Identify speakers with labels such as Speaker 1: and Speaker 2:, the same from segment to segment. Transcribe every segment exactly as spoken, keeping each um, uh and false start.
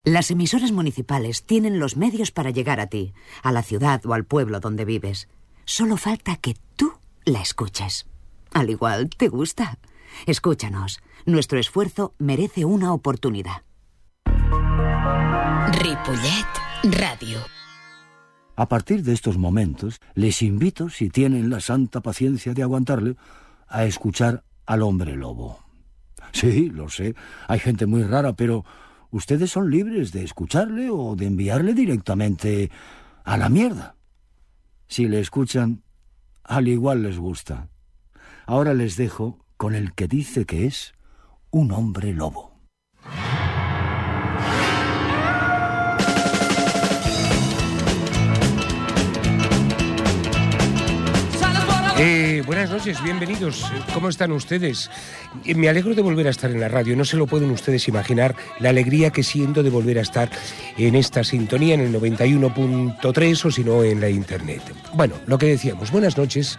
Speaker 1: Las emisoras municipales tienen los medios para llegar a ti, a la ciudad o al pueblo donde vives. Solo falta que tú la escuches. Al igual, ¿te gusta? Escúchanos. Nuestro esfuerzo merece una oportunidad.
Speaker 2: Ripollet Radio.
Speaker 3: A partir de estos momentos, les invito, si tienen la santa paciencia de aguantarle, a escuchar al hombre lobo. Sí, lo sé, hay gente muy rara, pero ustedes son libres de escucharle o de enviarle directamente a la mierda. Si le escuchan, al igual les gusta. Ahora les dejo con el que dice que es un hombre lobo.
Speaker 4: Eh, buenas noches, bienvenidos. ¿Cómo están ustedes? Eh, me alegro de volver a estar en la radio. No se lo pueden ustedes imaginar la alegría que siento de volver a estar en esta sintonía, en el noventa y uno punto tres o si no en la internet. Bueno, lo que decíamos, buenas noches.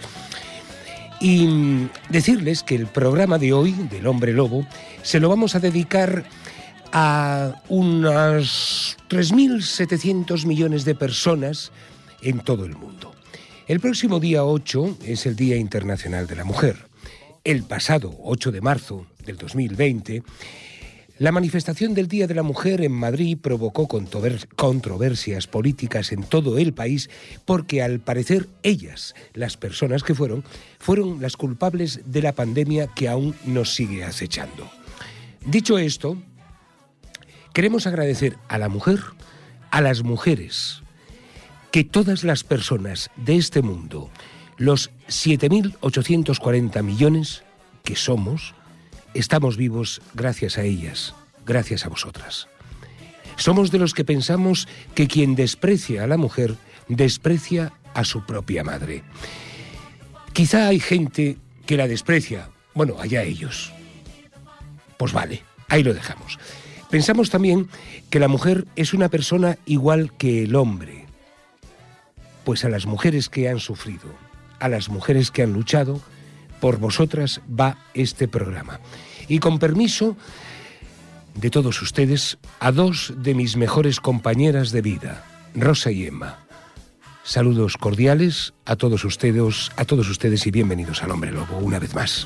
Speaker 4: Y decirles que el programa de hoy, del Hombre Lobo, se lo vamos a dedicar a unas tres mil setecientos millones de personas en todo el mundo. El próximo día ocho es el Día Internacional de la Mujer. El pasado ocho de marzo del dos mil veinte, la manifestación del Día de la Mujer en Madrid provocó controversias políticas en todo el país porque, al parecer, ellas, las personas que fueron, fueron las culpables de la pandemia que aún nos sigue acechando. Dicho esto, queremos agradecer a la mujer, a las mujeres, que todas las personas de este mundo, los siete mil ochocientos cuarenta millones que somos, estamos vivos gracias a ellas, gracias a vosotras. Somos de los que pensamos que quien desprecia a la mujer, desprecia a su propia madre. Quizá hay gente que la desprecia. Bueno, allá ellos. Pues vale, ahí lo dejamos. Pensamos también que la mujer es una persona igual que el hombre. Pues a las mujeres que han sufrido, a las mujeres que han luchado, por vosotras va este programa. Y con permiso de todos ustedes, a dos de mis mejores compañeras de vida, Rosa y Emma. Saludos cordiales a todos ustedes, a todos ustedes y bienvenidos al Hombre Lobo una vez más.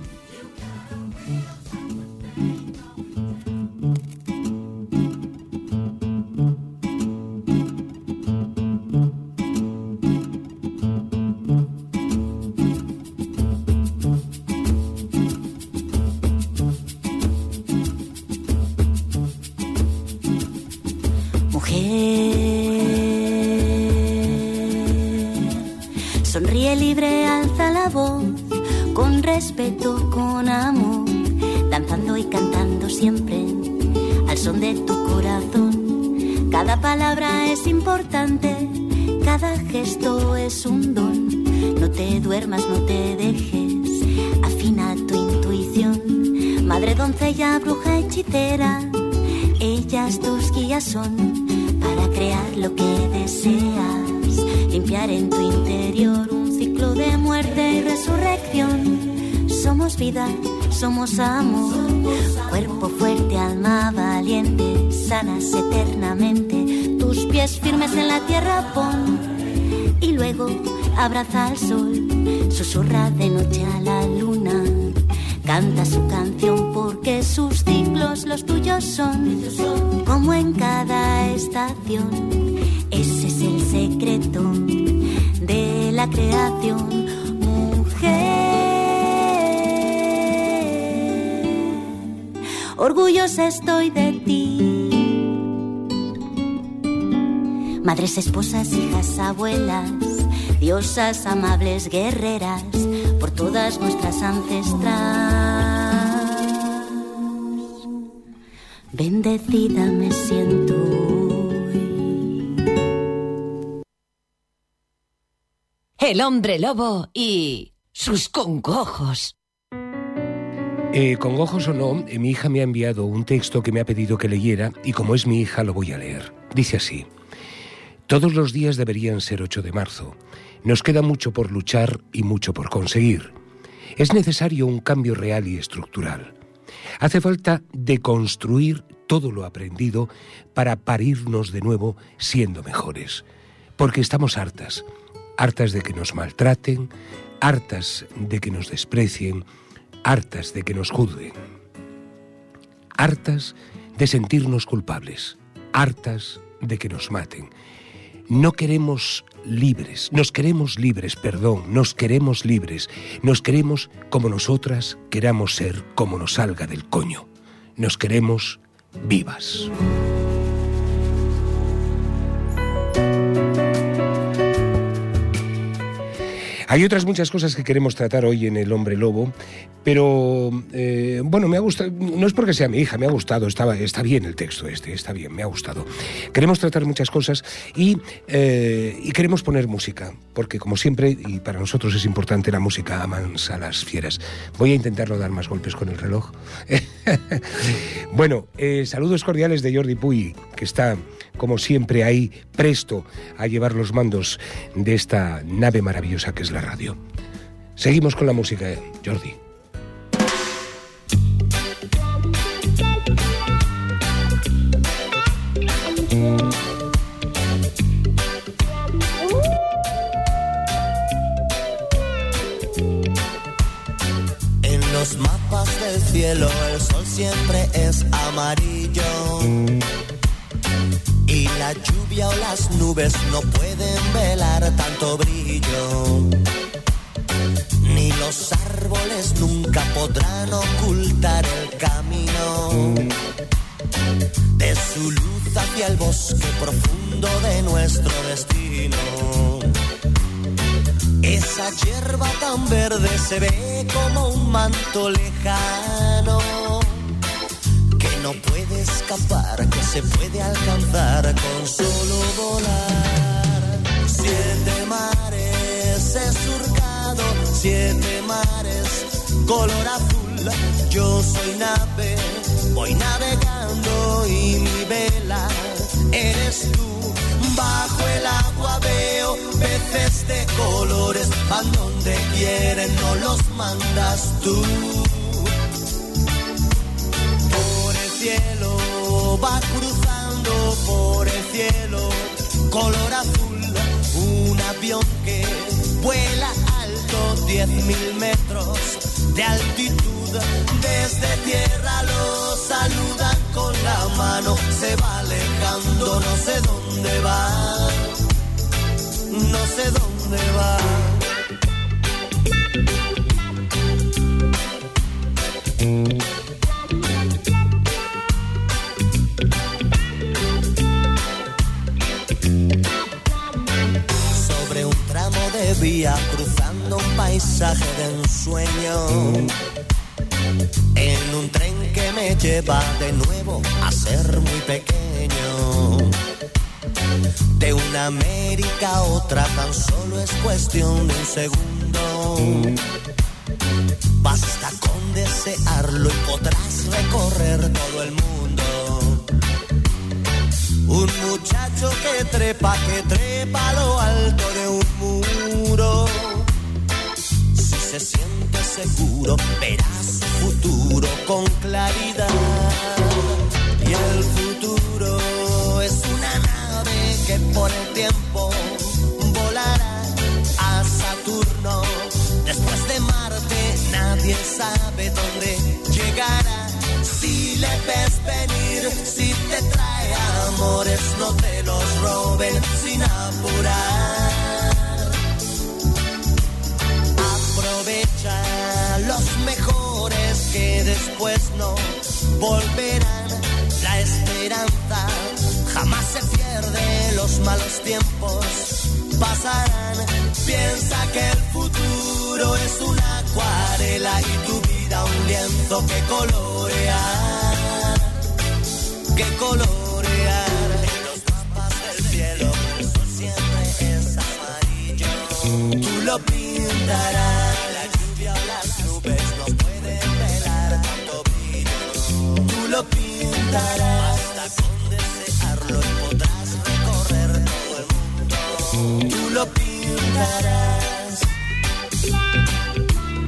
Speaker 5: Respeto, con amor, danzando y cantando siempre al son de tu corazón. Cada palabra es importante, cada gesto es un don. No te duermas, no te dejes, afina tu intuición. Madre, doncella, bruja, hechicera, ellas tus guías son para crear lo que deseas, limpiar en tu interior un ciclo de muerte y resurrección. Somos vida, somos amor, cuerpo fuerte, alma valiente, sanas eternamente. Tus pies firmes en la tierra pon y luego abraza al sol. Susurra de noche a la luna, canta su canción porque sus ciclos los tuyos son, como en cada estación. Ese es el secreto de la creación, mujer. Orgullosa estoy de ti. Madres, esposas, hijas, abuelas, diosas, amables, guerreras, por todas nuestras ancestras. Bendecida me siento hoy.
Speaker 2: El Hombre Lobo y sus congojos.
Speaker 4: Eh, congojos o no, eh, mi hija me ha enviado un texto que me ha pedido que leyera y como es mi hija lo voy a leer. Dice así: todos los días deberían ser ocho de marzo. Nos queda mucho por luchar y mucho por conseguir. Es necesario un cambio real y estructural. Hace falta deconstruir todo lo aprendido para parirnos de nuevo siendo mejores. Porque estamos hartas, hartas de que nos maltraten, hartas de que nos desprecien, hartas de que nos juzguen, hartas de sentirnos culpables, hartas de que nos maten. No queremos libres, nos queremos libres, perdón, nos queremos libres, nos queremos como nosotras queramos ser, como nos salga del coño. Nos queremos vivas. Hay otras muchas cosas que queremos tratar hoy en El Hombre Lobo, pero eh, bueno, me ha gustado, no es porque sea mi hija, me ha gustado, estaba, está bien el texto este, está bien, me ha gustado. Queremos tratar muchas cosas y, eh, y queremos poner música, porque como siempre, y para nosotros es importante, la música amansa a las fieras. Voy a intentar no dar más golpes con el reloj. Bueno, eh, saludos cordiales de Jordi Puy, que está, como siempre, ahí presto a llevar los mandos de esta nave maravillosa que es la radio. Seguimos con la música, eh, Jordi.
Speaker 6: En los mapas del cielo el sol siempre es amarillo y la lluvia o las nubes no pueden velar tanto brillo. Ni los árboles nunca podrán ocultar el camino de su luz hacia el bosque profundo de nuestro destino. Esa hierba tan verde se ve como un manto lejano que no puede escapar, que se puede alcanzar con solo volar. Siete mares he surcado, siete mares color azul. Yo soy nave, voy navegando y mi vela eres tú. Bajo el agua veo peces de colores, van donde quieren, no los mandas tú. Por el cielo va cruzando, por el cielo color azul, un avión que vuela alto, diez mil metros de altitud. Desde tierra lo saludan con la mano, se va alejando, no sé dónde va, no sé dónde va. Sobre un tramo de vía, cruzando un paisaje de ensueño, en un tren que me lleva de nuevo a ser muy pequeño. De una América a otra tan solo es cuestión de un segundo. Basta con desearlo y podrás recorrer todo el mundo. Un muchacho que trepa, que trepa a lo alto de un muro. Si se siente seguro, verá su futuro con claridad. Y el futuro es una nave que por el tiempo volará a Saturno. Después de Marte nadie sabe dónde llegará. Si le ves venir, si te trae amores, no te los roben sin apurar. Aprovecha los mejores que después no volverán. La esperanza jamás se pierde, los malos tiempos pasarán. Piensa que el futuro es una acuarela y tu vida un lienzo que colorear, que colorear. En los mapas del cielo el sol siempre es amarillo, tú lo pintarás. La lluvia o las nubes no pueden velar tanto brillo, tú lo pintarás. Basta con desearlo y podrás recorrer todo el mundo, tú lo pintarás.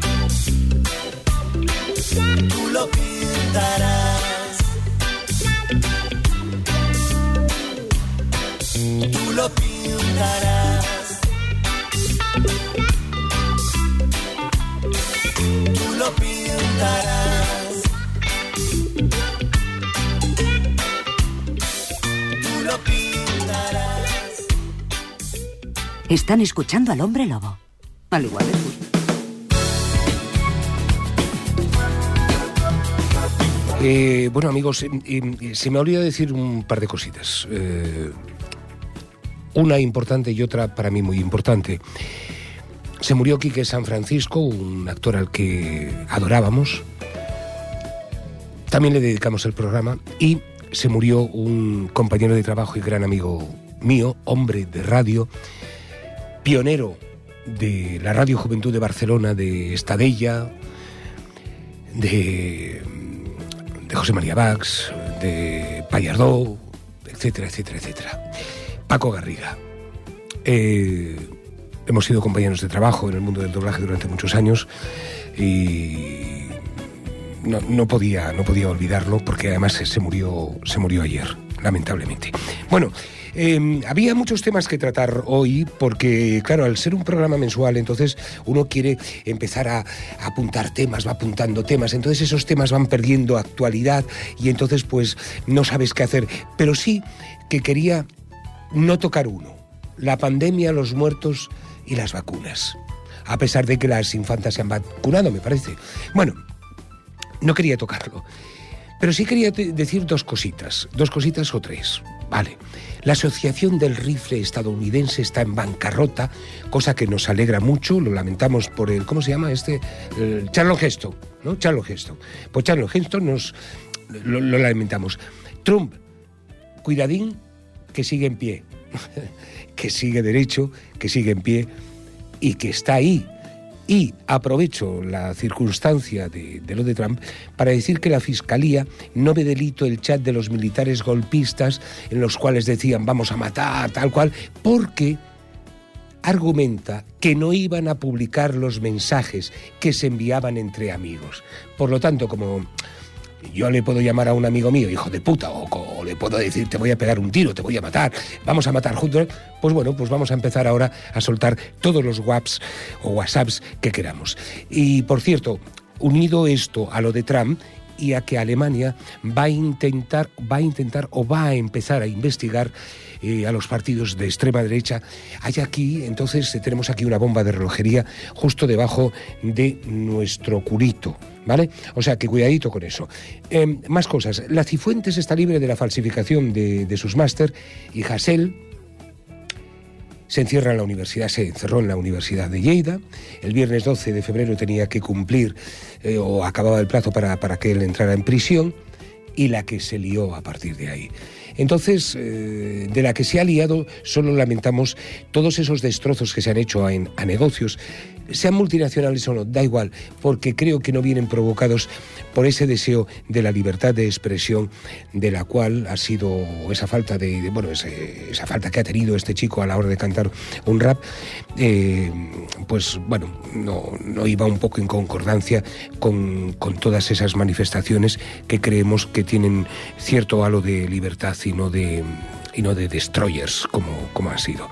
Speaker 6: Tú lo pintarás. tú lo pintarás, tú lo pintarás, tú lo pintarás.
Speaker 1: Están escuchando al hombre lobo, al igual que tú.
Speaker 4: Eh, bueno, amigos, eh, eh, se me ha olvidado decir un par de cositas. Eh, una importante y otra para mí muy importante. Se murió Quique San Francisco, un actor al que adorábamos. También le dedicamos el programa. Y se murió un compañero de trabajo y gran amigo mío, hombre de radio, pionero de la Radio Juventud de Barcelona, de Estadella, de... de José María Bax, de Pallardó, etcétera, etcétera, etcétera. Paco Garriga. Eh, hemos sido compañeros de trabajo en el mundo del doblaje durante muchos años y no, no podía, no podía olvidarlo porque además se murió, se murió ayer, lamentablemente. Bueno, Eh, había muchos temas que tratar hoy porque, claro, al ser un programa mensual, entonces uno quiere empezar a, a apuntar temas, va apuntando temas, entonces esos temas van perdiendo actualidad y entonces pues no sabes qué hacer. Pero sí que quería no tocar uno, la pandemia, los muertos y las vacunas, a pesar de que las infantas se han vacunado, me parece. Bueno, no quería tocarlo, pero sí quería te- decir dos cositas, dos cositas o tres, vale. La Asociación del Rifle Estadounidense está en bancarrota, cosa que nos alegra mucho, lo lamentamos por el, ¿cómo se llama este? El Charlton Heston, ¿no? Charlton Heston. Pues Charlton Heston nos, lo, lo lamentamos. Trump, cuidadín, que sigue en pie, que sigue derecho, que sigue en pie y que está ahí. Y aprovecho la circunstancia de, de lo de Trump para decir que la Fiscalía no ve delito el chat de los militares golpistas en los cuales decían vamos a matar, tal cual, porque argumenta que no iban a publicar los mensajes que se enviaban entre amigos. Por lo tanto, como yo le puedo llamar a un amigo mío hijo de puta o, o le puedo decir te voy a pegar un tiro, te voy a matar, vamos a matar juntos, pues bueno, pues vamos a empezar ahora a soltar todos los whaps o whatsapps que queramos. Y por cierto, unido esto a lo de Trump y a que Alemania va a intentar, va a intentar o va a empezar a investigar eh, a los partidos de extrema derecha, hay aquí, entonces tenemos aquí una bomba de relojería justo debajo de nuestro culito, ¿vale? O sea, que cuidadito con eso. Eh, más cosas. La Cifuentes está libre de la falsificación de, de sus máster y Hasél se encierra en la universidad, se encerró en la Universidad de Lleida. El viernes doce de febrero tenía que cumplir eh, o acababa el plazo para, para que él entrara en prisión y la que se lió a partir de ahí. Entonces, eh, de la que se ha liado, solo lamentamos todos esos destrozos que se han hecho a, en, a negocios, sean multinacionales o no, da igual, porque creo que no vienen provocados por ese deseo de la libertad de expresión de la cual ha sido esa falta de, de bueno, ese, esa falta que ha tenido este chico a la hora de cantar un rap, eh, pues bueno, no, no iba un poco en concordancia con, con todas esas manifestaciones que creemos que tienen cierto halo de libertad y no de, y no de destroyers como, como ha sido.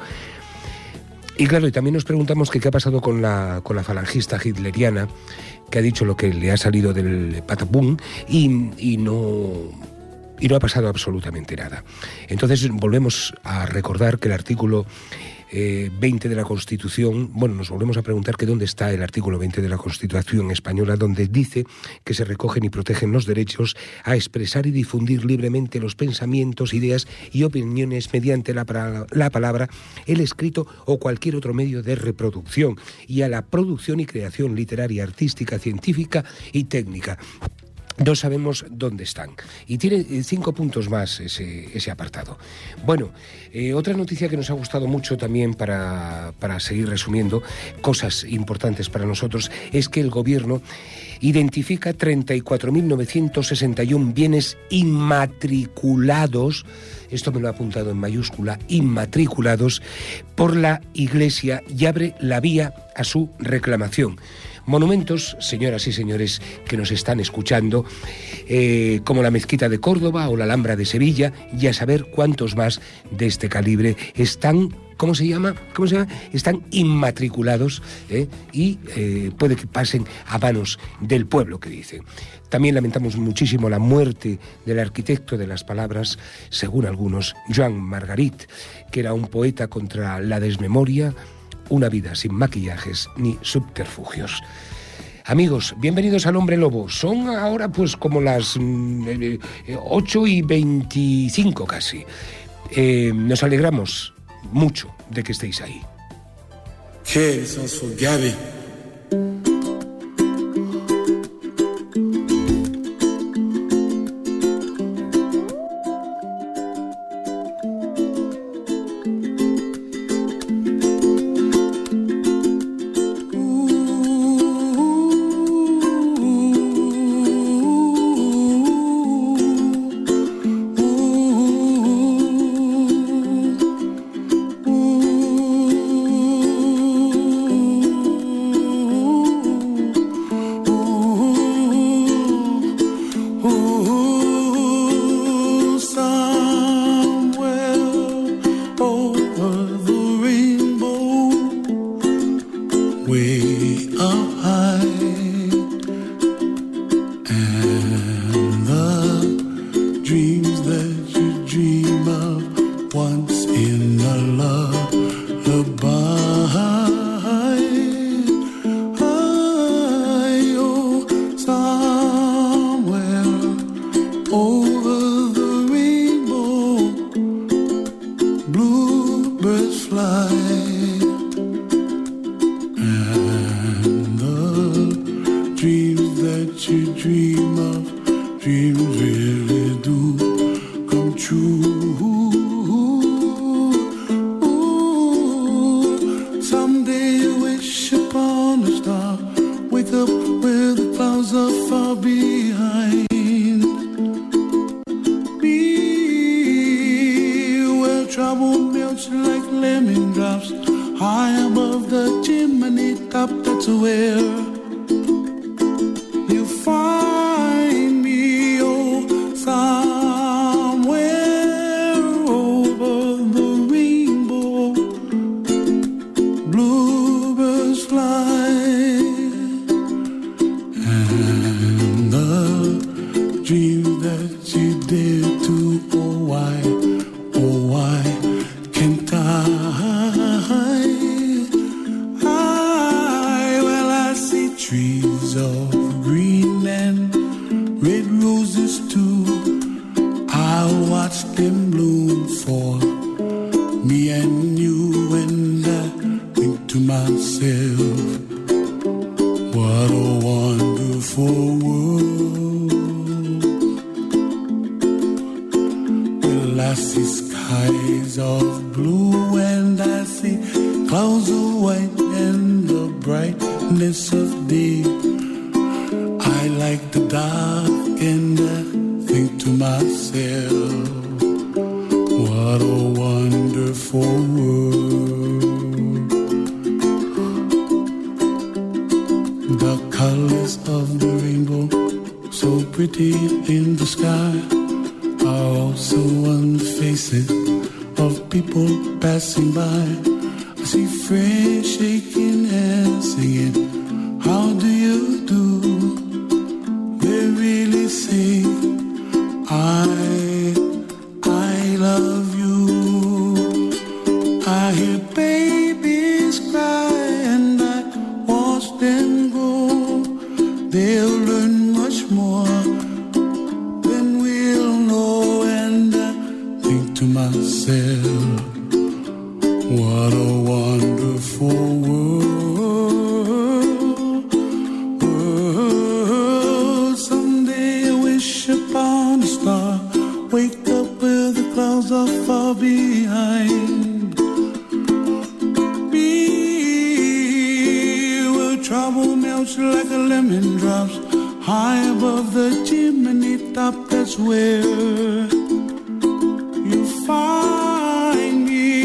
Speaker 4: Y claro, y también nos preguntamos que qué ha pasado con la, con la falangista hitleriana, que ha dicho lo que le ha salido del patapum y, y, no, y no ha pasado absolutamente nada. Entonces volvemos a recordar que el artículo eh, veinte de la Constitución, bueno, nos volvemos a preguntar que dónde está el artículo veinte de la Constitución española, donde dice que se recogen y protegen los derechos a expresar y difundir libremente los pensamientos, ideas y opiniones mediante la, la palabra, el escrito o cualquier otro medio de reproducción, y a la producción y creación literaria, artística, científica y técnica. No sabemos dónde están. Y tiene cinco puntos más ese, ese apartado. Bueno, eh, otra noticia que nos ha gustado mucho también para, para seguir resumiendo cosas importantes para nosotros es que el gobierno identifica treinta y cuatro mil novecientos sesenta y uno bienes inmatriculados, esto me lo ha apuntado en mayúscula, inmatriculados por la Iglesia, y abre la vía a su reclamación. Monumentos, señoras y señores que nos están escuchando, eh, como la Mezquita de Córdoba o la Alhambra de Sevilla, y a saber cuántos más de este calibre están, ¿cómo se llama? ¿Cómo se llama? Están inmatriculados ¿eh? y eh, puede que pasen a manos del pueblo, que dicen. También lamentamos muchísimo la muerte del arquitecto de las palabras, según algunos, Joan Margarit, que era un poeta contra la desmemoria, una vida sin maquillajes ni subterfugios. Amigos, bienvenidos al Hombre Lobo. Son ahora pues como las mm, ocho y veinticinco casi. Eh, nos alegramos mucho de que estéis ahí.
Speaker 7: Okay, this one's for Gabby.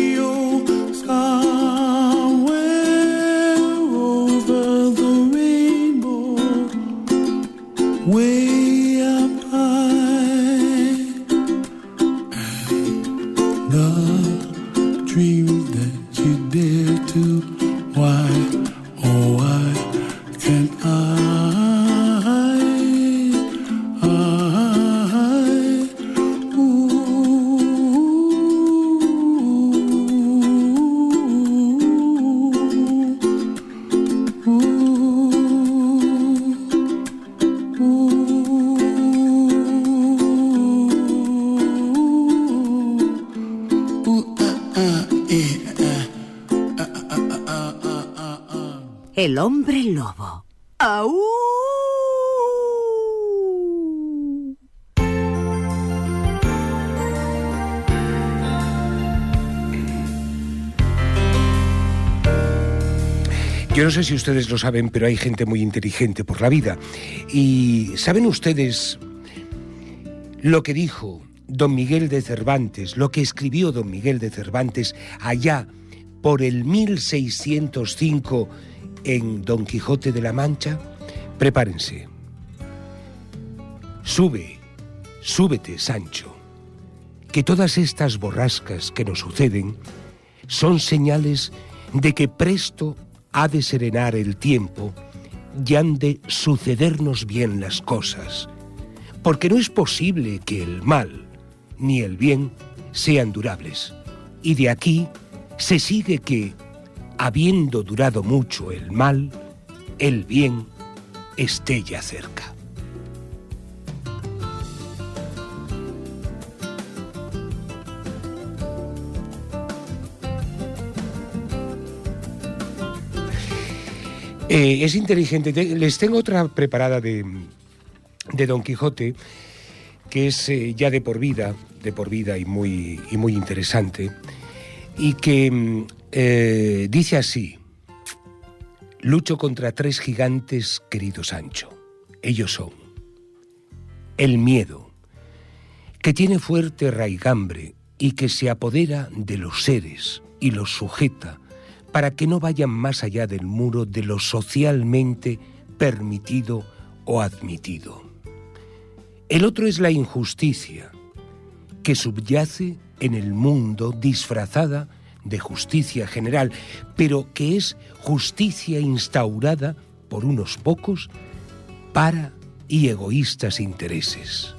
Speaker 8: Somewhere over the rain.
Speaker 7: dreams that you dare to. Why, oh why can't I, I, ooh, ooh,
Speaker 1: El hombre lobo. ¡Au!
Speaker 4: Yo no sé si ustedes lo saben, pero hay gente muy inteligente por la vida. ¿Y saben ustedes lo que dijo don Miguel de Cervantes, lo que escribió don Miguel de Cervantes allá por el mil seiscientos cinco en Don Quijote de la Mancha? Prepárense. Sube, súbete, Sancho, que todas estas borrascas que nos suceden son señales de que presto ha de serenar el tiempo y han de sucedernos bien las cosas, porque no es posible que el mal ni el bien sean durables, y de aquí se sigue que, habiendo durado mucho el mal, el bien esté ya cerca. Eh, es inteligente. Les tengo otra preparada de, de Don Quijote, que es eh, ya de por vida, de por vida y muy, y muy interesante, y que eh, dice así: lucho contra tres gigantes, querido Sancho. Ellos son el miedo, que tiene fuerte raigambre y que se apodera de los seres y los sujeta para que no vayan más allá del muro de lo socialmente permitido o admitido. El otro es la injusticia, que subyace en el mundo disfrazada de justicia general, pero que es justicia instaurada por unos pocos para y egoístas intereses.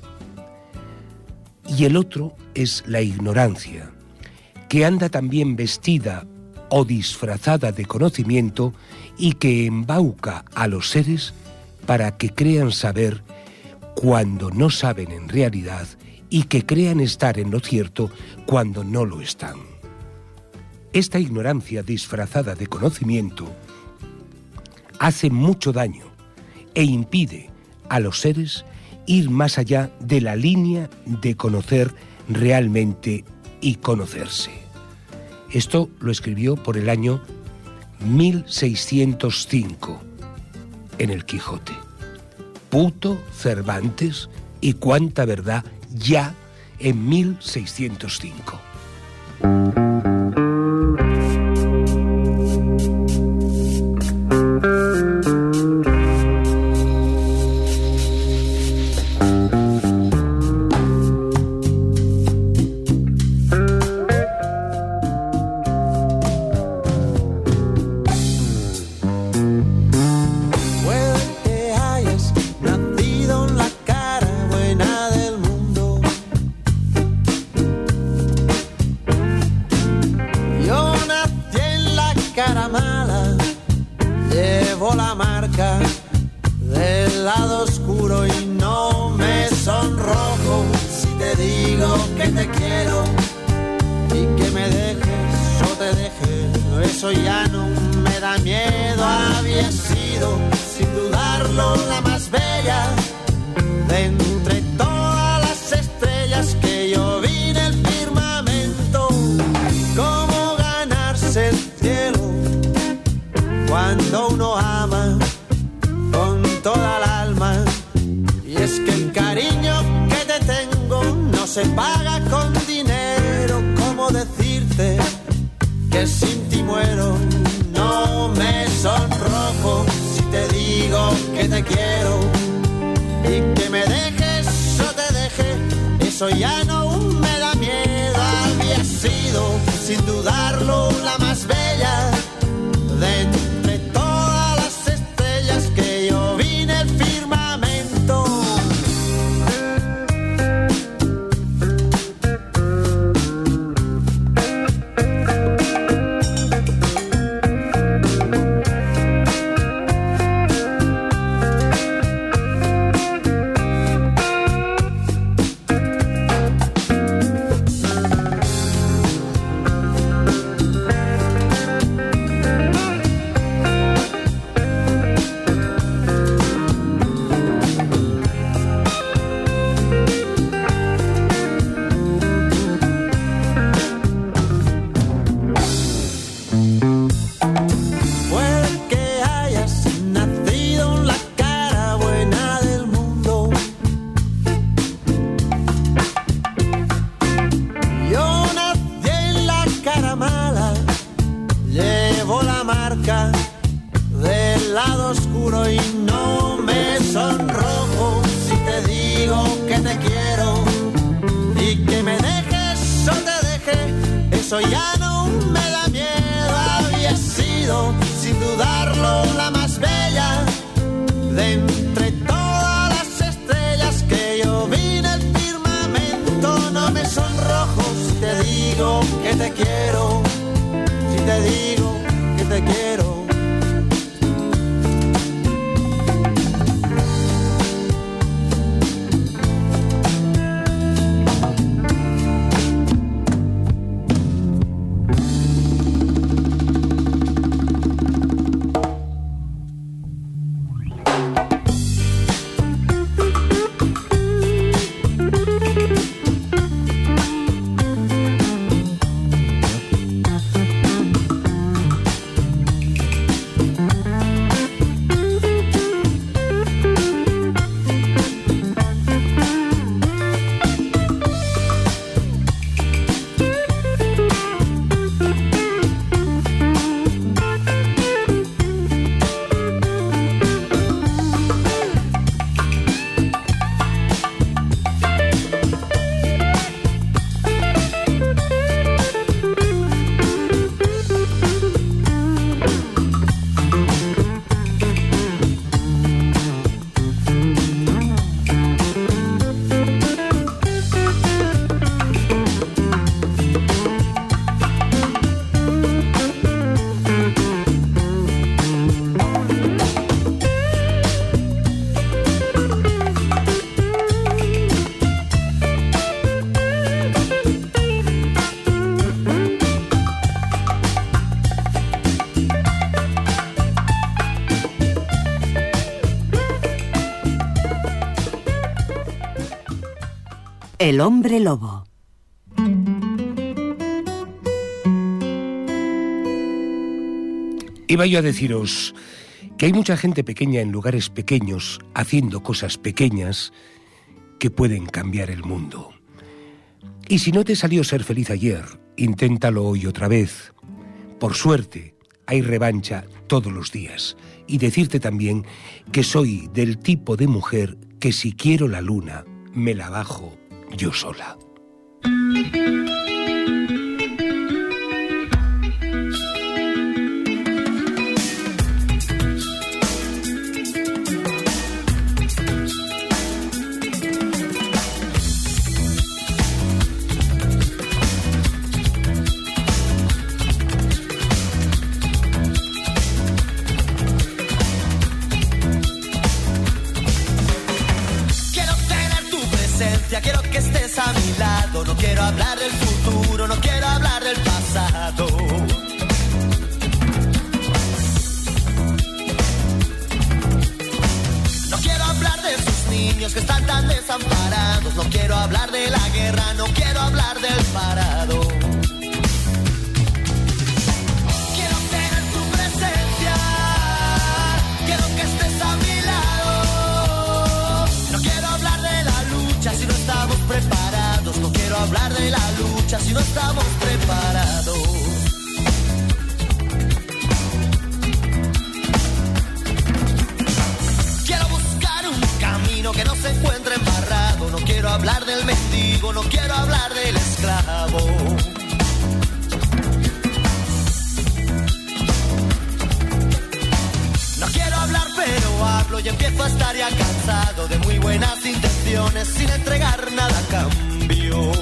Speaker 4: Y el otro es la ignorancia, que anda también vestida o disfrazada de conocimiento y que embauca a los seres para que crean saber cuando no saben en realidad y que crean estar en lo cierto cuando no lo están. Esta ignorancia disfrazada de conocimiento hace mucho daño e impide a los seres ir más allá de la línea de conocer realmente y conocerse. Esto lo escribió por el año mil seiscientos cinco en el Quijote. Puto Cervantes y cuánta verdad ya en mil seiscientos cinco.
Speaker 6: Eso ya no me da miedo, había sido sin dudarlo, la más bella de entre todas las estrellas que yo vi en el firmamento.
Speaker 1: El hombre lobo.
Speaker 4: Iba yo a deciros que hay mucha gente pequeña en lugares pequeños, haciendo cosas pequeñas que pueden cambiar el mundo. Y si no te salió ser feliz ayer, inténtalo hoy otra vez. Por suerte, hay revancha todos los días. Y decirte también que soy del tipo de mujer que si quiero la luna, me la bajo yo sola.
Speaker 6: Quiero que estés a mi lado, no quiero hablar del futuro, no quiero hablar del pasado. No quiero hablar de esos niños que están tan desamparados, no quiero hablar de la guerra, no quiero hablar del parado. Quiero tener tu presencia, quiero que estés a mi lado. No quiero hablar de la lucha si no estamos preparados, no quiero hablar de la lucha si no estamos preparados. Quiero buscar un camino que no se encuentre embarrado, no quiero hablar del mendigo, no quiero hablar del esclavo. viejo estaría cansado de muy buenas intenciones sin entregar nada a cambio.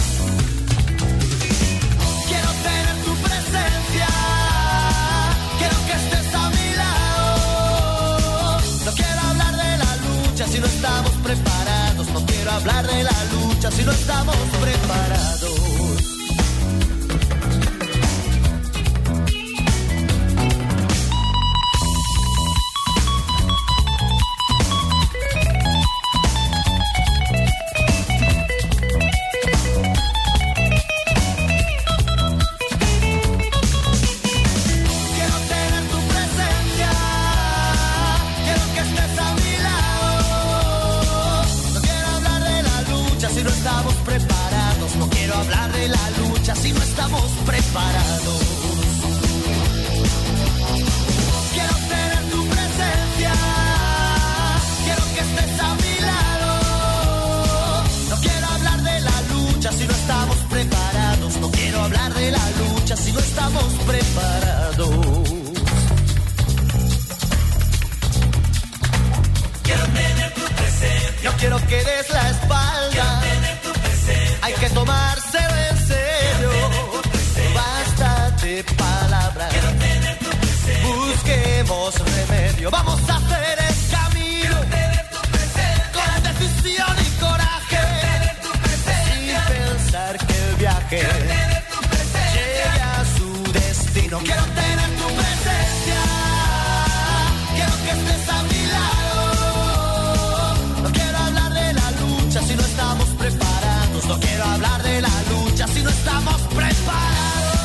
Speaker 6: Quiero tener tu presencia, quiero que estés a mi lado. No quiero hablar de la lucha si no estamos preparados. No quiero hablar de la lucha si no estamos preparados. Si no estamos preparados, quiero tener tu presencia, quiero que estés a mi lado. No quiero hablar de la lucha si no estamos preparados. No quiero hablar de la lucha si no estamos preparados. Quiero tener tu presencia, no quiero que des la espalda. Quiero tener tu presencia, hay que tomárselo en serio. Bástate palabras, busquemos remedio. Vamos a hacer el camino con decisión y coraje, sin pensar que el viaje llegue a su destino. Quiero tener tu presencia, quiero que estés a mi lado. No quiero hablar de la lucha si no estamos preparados. No quiero hablar de la lucha si no estamos preparados.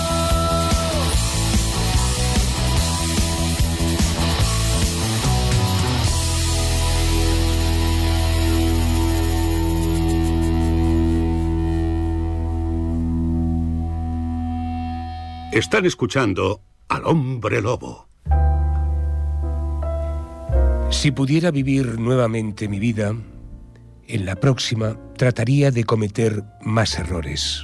Speaker 8: Están escuchando al Hombre Lobo.
Speaker 4: Si pudiera vivir nuevamente mi vida, en la próxima trataría de cometer más errores.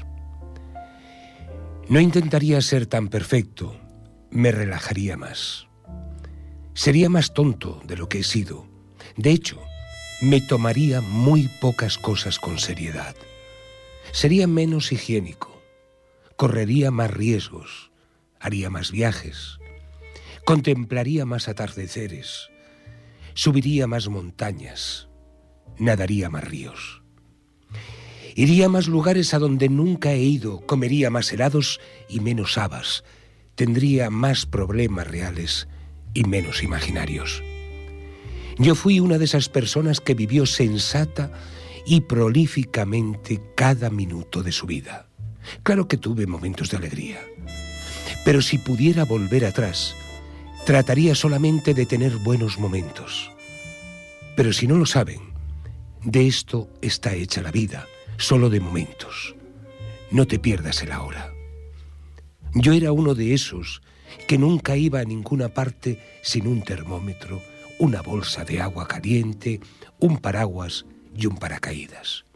Speaker 4: No intentaría ser tan perfecto, me relajaría más. Sería más tonto de lo que he sido. De hecho, me tomaría muy pocas cosas con seriedad. Sería menos higiénico. Correría más riesgos, haría más viajes, contemplaría más atardeceres, subiría más montañas, nadaría más ríos. Iría a más lugares a donde nunca he ido, comería más helados y menos habas, tendría más problemas reales y menos imaginarios. Yo fui una de esas personas que vivió sensata y prolíficamente cada minuto de su vida. Claro que tuve momentos de alegría, pero si pudiera volver atrás, trataría solamente de tener buenos momentos. Pero si no lo saben, de esto está hecha la vida, solo de momentos. No te pierdas el ahora. Yo era uno de esos que nunca iba a ninguna parte sin un termómetro, una bolsa de agua caliente, un paraguas y un paracaídas.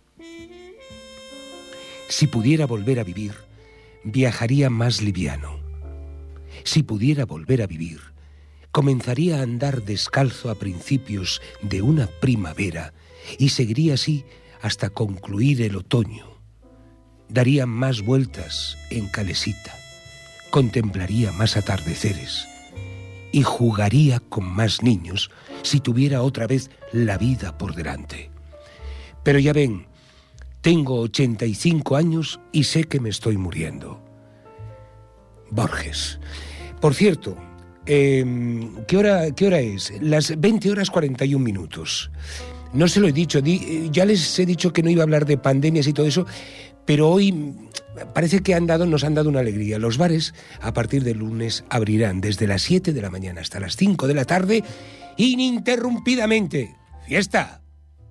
Speaker 4: Si pudiera volver a vivir, viajaría más liviano. Si pudiera volver a vivir, comenzaría a andar descalzo a principios de una primavera y seguiría así hasta concluir el otoño. Daría más vueltas en calesita, contemplaría más atardeceres y jugaría con más niños si tuviera otra vez la vida por delante. Pero ya ven, tengo ochenta y cinco años y sé que me estoy muriendo. Borges. Por cierto, eh, ¿qué hora, qué hora es? Las veinte horas cuarenta y un minutos. No se lo he dicho, di, ya les he dicho que no iba a hablar de pandemias y todo eso, pero hoy parece que han dado, nos han dado una alegría. Los bares, a partir del lunes, abrirán desde las siete de la mañana hasta las cinco de la tarde, ininterrumpidamente. ¡Fiesta!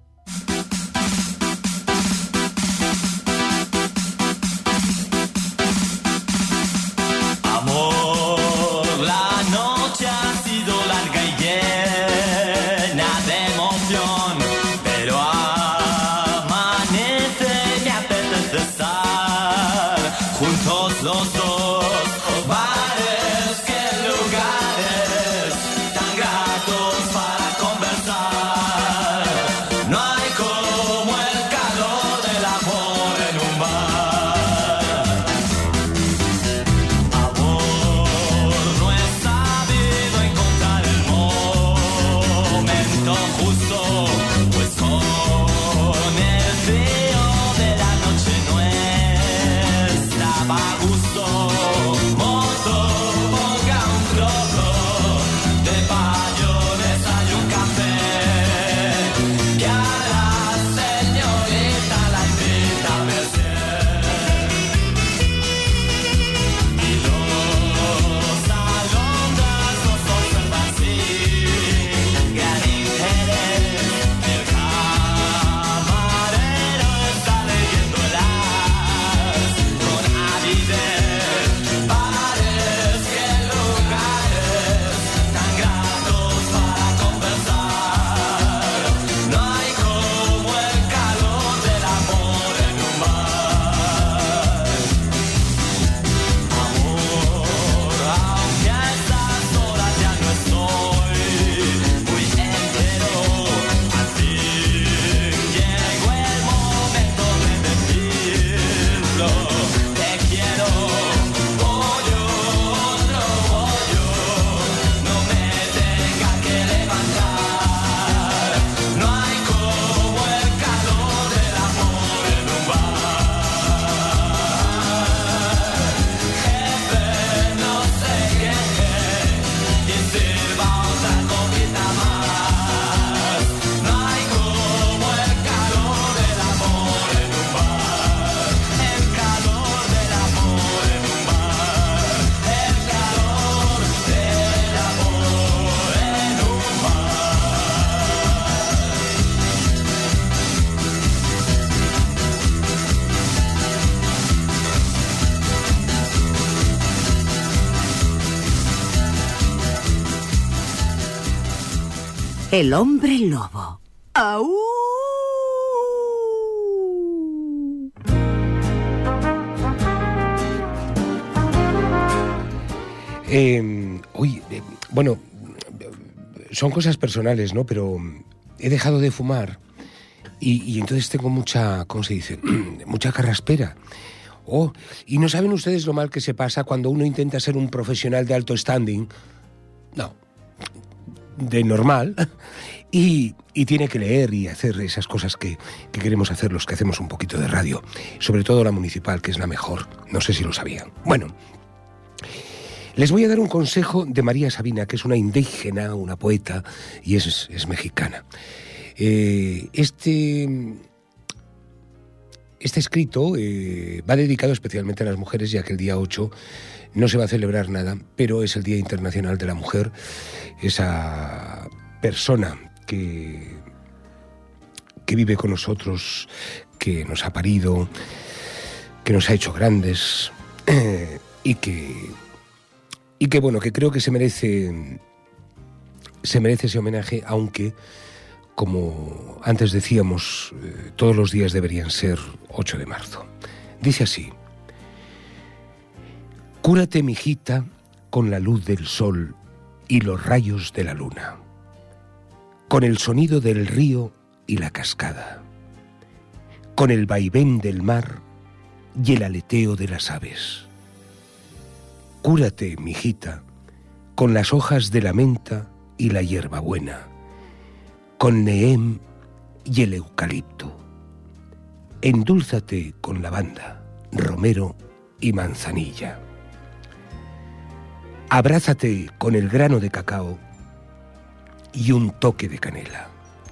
Speaker 9: Los dos, bares, qué lugares tan gratos para conversar.
Speaker 1: El hombre lobo. ¡Au!
Speaker 4: Eh, oye, eh, bueno, son cosas personales, ¿no? Pero he dejado de fumar y, y entonces tengo mucha, ¿cómo se dice? mucha carraspera. Oh, y no saben ustedes lo mal que se pasa cuando uno intenta ser un profesional de alto standing. No, de normal. Y, y tiene que leer y hacer esas cosas que, que queremos hacer los que hacemos un poquito de radio. Sobre todo la municipal, que es la mejor. No sé si lo sabían. Bueno, les voy a dar un consejo de María Sabina, que es una indígena, una poeta, y es, es mexicana. Eh, este, este escrito eh, va dedicado especialmente a las mujeres, ya que el día ocho no se va a celebrar nada, pero es el Día Internacional de la Mujer. Esa persona que, que vive con nosotros, que nos ha parido, que nos ha hecho grandes, eh, y que... Y que bueno, que creo que se merece, se merece ese homenaje, aunque, como antes decíamos, eh, todos los días deberían ser ocho de marzo. Dice así: cúrate, mijita, con la luz del sol y los rayos de la luna, con el sonido del río y la cascada, con el vaivén del mar y el aleteo de las aves. Cúrate, mijita, con las hojas de la menta y la hierbabuena, con neem y el eucalipto. Endúlzate con lavanda, romero y manzanilla. Abrázate con el grano de cacao y un toque de canela.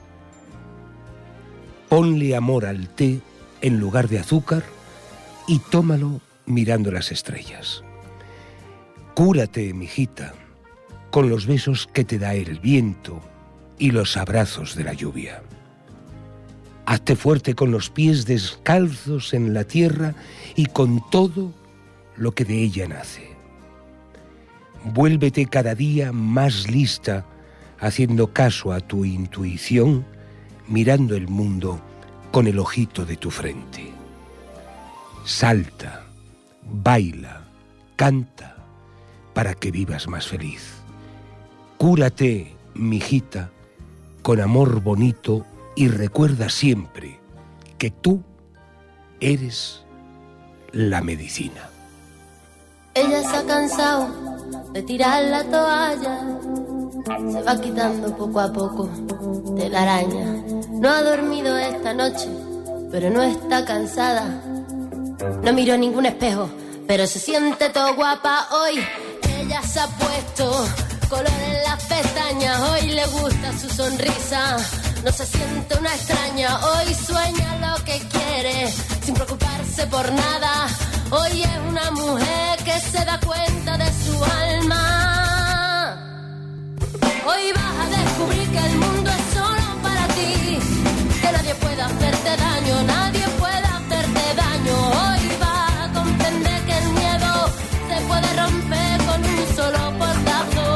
Speaker 4: Ponle amor al té en lugar de azúcar y tómalo mirando las estrellas. Cúrate, mijita, con los besos que te da el viento y los abrazos de la lluvia. Hazte fuerte con los pies descalzos en la tierra y con todo lo que de ella nace. Vuélvete cada día más lista, haciendo caso a tu intuición, mirando el mundo con el ojito de tu frente. Salta, baila, canta, para que vivas más feliz. Cúrate, mijita, con amor bonito y recuerda siempre que tú eres la medicina.
Speaker 10: Ella se ha cansado de tirar la toalla, se va quitando poco a poco de la araña. No ha dormido esta noche, pero no está cansada. No miró ningún espejo, pero se siente todo guapa hoy. Ella se ha puesto color en las pestañas, hoy le gusta su sonrisa, no se siente una extraña, hoy sueña lo que quiere, sin preocuparse por nada, hoy es una mujer que se da cuenta de su alma. Hoy vas a descubrir que el mundo es solo para ti, que nadie puede hacerte daño, nadie puede hacerte daño, hoy vas a comprender que el miedo se puede romper con un solo portazo.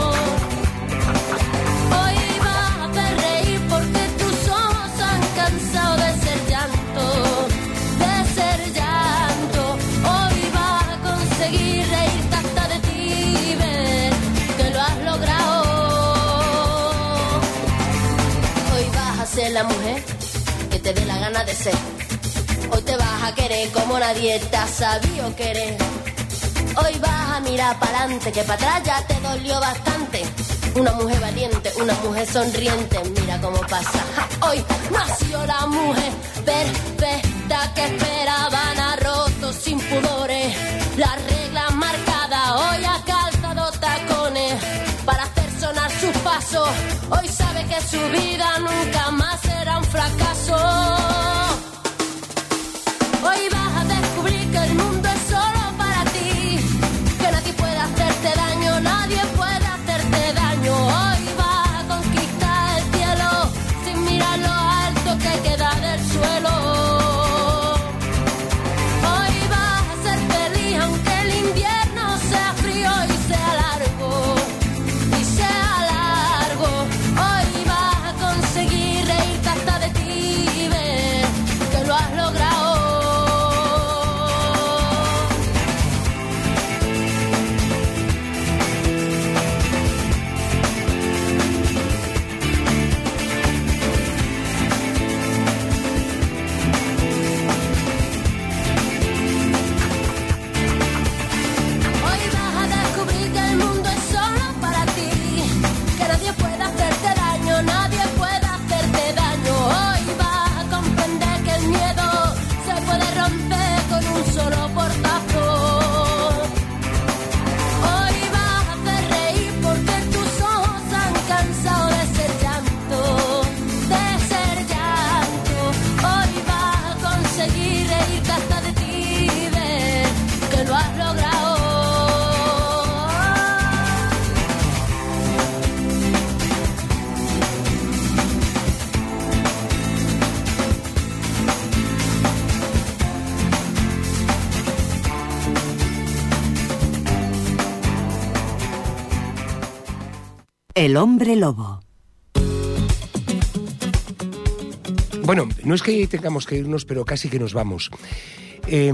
Speaker 10: Hoy vas a hacer reír porque tus ojos han cansado de ser llanto, de ser llanto. Hoy vas a conseguir reírte hasta de ti y ver que lo has logrado. Hoy vas a ser la mujer que te dé la gana de ser. Hoy te vas a querer como nadie te ha sabido querer. Hoy vas a mirar para adelante, que para atrás ya te dolió bastante. Una mujer valiente, una mujer sonriente, mira cómo pasa. Ja, hoy nació la mujer perfecta que esperaban, ha roto sin pudores las reglas marcadas. Hoy ha calzado tacones para hacer sonar sus pasos. Hoy sabe que su vida nunca más será un fracaso. Hoy vas a descubrir que el mundo es solo para ti, que nadie puede hacerte daño, nadie puede hacerte daño. Hoy vas a conquistar el cielo sin mirar lo alto que queda del suelo. Hoy vas a ser feliz aunque el invierno sea frío y sea largo, y sea largo. Hoy vas a conseguir reírte hasta de ti y ver que lo has logrado.
Speaker 1: El hombre lobo.
Speaker 4: Bueno, no es que tengamos que irnos, pero casi que nos vamos. Eh,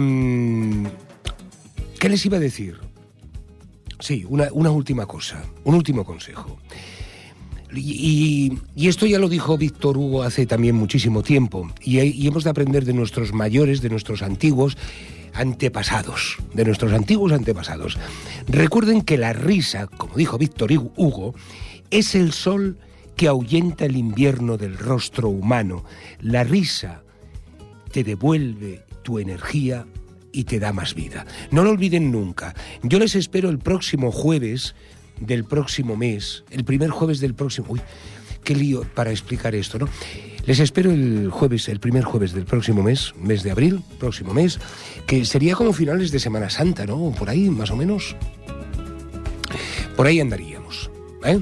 Speaker 4: ¿Qué les iba a decir? Sí, una, una última cosa, un último consejo. Y, y, y esto ya lo dijo Víctor Hugo hace también muchísimo tiempo. Y, y hemos de aprender de nuestros mayores, de nuestros antiguos antepasados, de nuestros antiguos antepasados. Recuerden que la risa, como dijo Víctor Hugo, es el sol que ahuyenta el invierno del rostro humano. La risa te devuelve tu energía y te da más vida. No lo olviden nunca. Yo les espero el próximo jueves del próximo mes, el primer jueves del próximo... Uy, qué lío para explicar esto, ¿no? Les espero el jueves, el primer jueves del próximo mes, mes de abril, próximo mes, que sería como finales de Semana Santa, ¿no? Por ahí, más o menos. Por ahí andaríamos, ¿eh?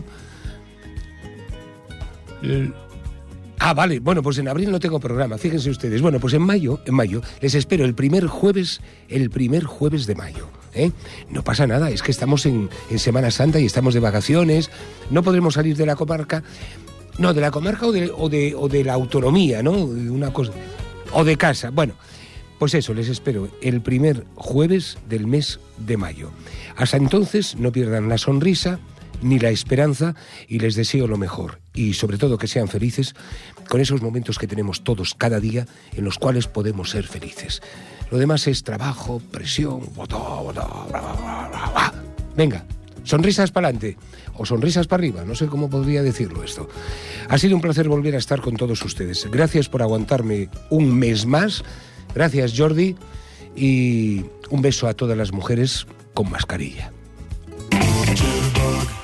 Speaker 4: Ah, vale, bueno, pues en abril no tengo programa, fíjense ustedes. Bueno, pues en mayo, en mayo, les espero el primer jueves, el primer jueves de mayo, ¿eh? No pasa nada, es que estamos en, en Semana Santa y estamos de vacaciones, no podremos salir de la comarca, no, de la comarca o de, o de, o de la autonomía, ¿no? Una cosa, o de casa, bueno, pues eso, les espero el primer jueves del mes de mayo. Hasta entonces, no pierdan la sonrisa ni la esperanza y les deseo lo mejor y sobre todo que sean felices con esos momentos que tenemos todos cada día en los cuales podemos ser felices. Lo demás es trabajo, presión, botó, botó, bla, bla, bla, bla. Venga, sonrisas para adelante o sonrisas para arriba, no sé cómo podría decirlo esto. Ha sido un placer volver a estar con todos ustedes. Gracias por aguantarme un mes más. Gracias, Jordi. y un beso a todas las mujeres con mascarilla.
Speaker 7: Jitterbug.